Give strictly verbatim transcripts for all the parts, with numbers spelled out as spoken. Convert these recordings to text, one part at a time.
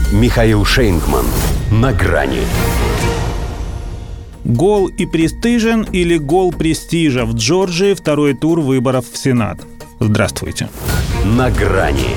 Михаил Шейнгман. На грани. Гол и престижен или гол престижа? В Джорджии второй тур выборов в Сенат. Здравствуйте. На грани.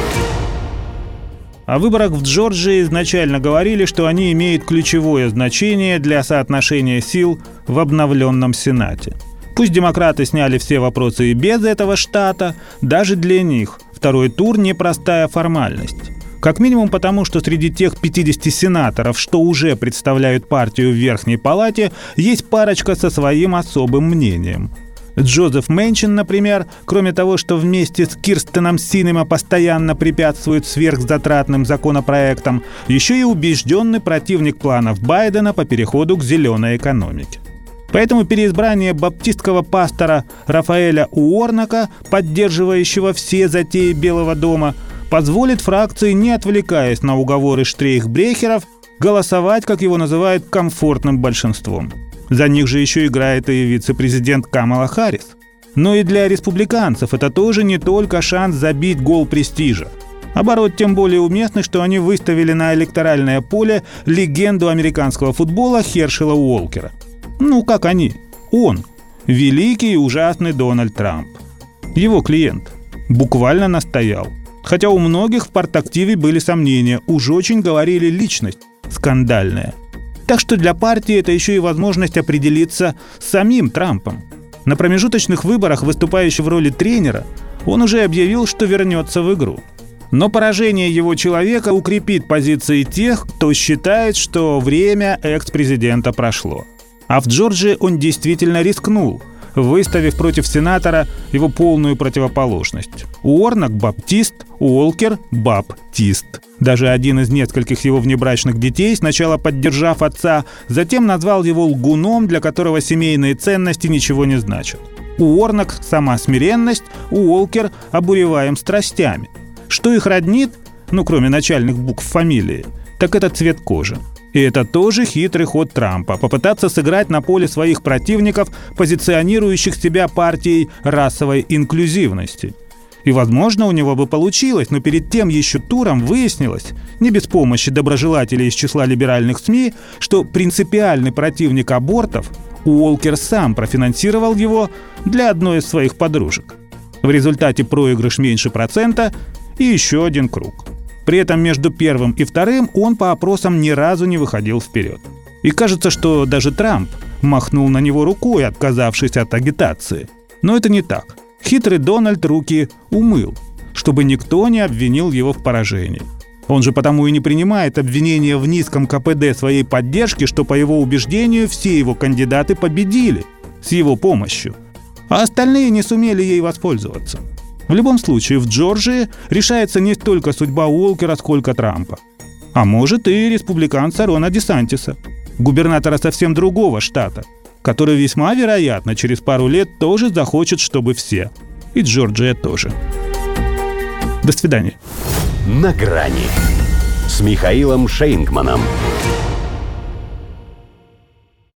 О выборах в Джорджии изначально говорили, что они имеют ключевое значение для соотношения сил в обновленном Сенате. Пусть демократы сняли все вопросы и без этого штата, даже для них второй тур – непростая формальность. Как минимум потому, что среди тех пятидесяти сенаторов, что уже представляют партию в Верхней Палате, есть парочка со своим особым мнением. Джозеф Мэнчин, например, кроме того, что вместе с Кирстеном Синема постоянно препятствует сверхзатратным законопроектам, еще и убежденный противник планов Байдена по переходу к зеленой экономике. Поэтому переизбрание баптистского пастора Рафаэля Уорнока, поддерживающего все затеи Белого дома, позволит фракции, не отвлекаясь на уговоры штрейхбрехеров, голосовать, как его называют, комфортным большинством. За них же еще играет и вице-президент Камала Харрис. Но и для республиканцев это тоже не только шанс забить гол престижа. Оборот тем более уместный, что они выставили на электоральное поле легенду американского футбола Хершела Уолкера. Ну, как они? Он. Великий и ужасный Дональд Трамп. Его клиент. Буквально настоял. Хотя у многих в партактиве были сомнения, уж очень говорили личность скандальная. Так что для партии это еще и возможность определиться с самим Трампом. На промежуточных выборах, выступающий в роли тренера, он уже объявил, что вернется в игру. Но поражение его человека укрепит позиции тех, кто считает, что время экс-президента прошло. А в Джорджии он действительно рискнул, выставив против сенатора его полную противоположность. Уорнок – баптист, Уолкер – баптист. Даже один из нескольких его внебрачных детей, сначала поддержав отца, затем назвал его лгуном, для которого семейные ценности ничего не значат. Уорнок – сама смиренность, Уолкер – обуреваем страстями. Что их роднит, ну кроме начальных букв фамилии, так это цвет кожи. И это тоже хитрый ход Трампа – попытаться сыграть на поле своих противников, позиционирующих себя партией расовой инклюзивности. И, возможно, у него бы получилось, но перед тем еще туром выяснилось, не без помощи доброжелателей из числа либеральных СМИ, что принципиальный противник абортов, Уолкер сам профинансировал его для одной из своих подружек. В результате проигрыш меньше процента и еще один круг. При этом между первым и вторым он по опросам ни разу не выходил вперед. И кажется, что даже Трамп махнул на него рукой, отказавшись от агитации. Но это не так. Хитрый Дональд руки умыл, чтобы никто не обвинил его в поражении. Он же потому и не принимает обвинения в низком ка пэ дэ своей поддержки, что, по его убеждению, все его кандидаты победили с его помощью, а остальные не сумели ей воспользоваться. В любом случае, в Джорджии решается не столько судьба Уолкера, сколько Трампа. А может и республиканца Рона Десантиса, губернатора совсем другого штата, который весьма вероятно через пару лет тоже захочет, чтобы все. И Джорджия тоже. До свидания. На грани с Михаилом Шейнгманом.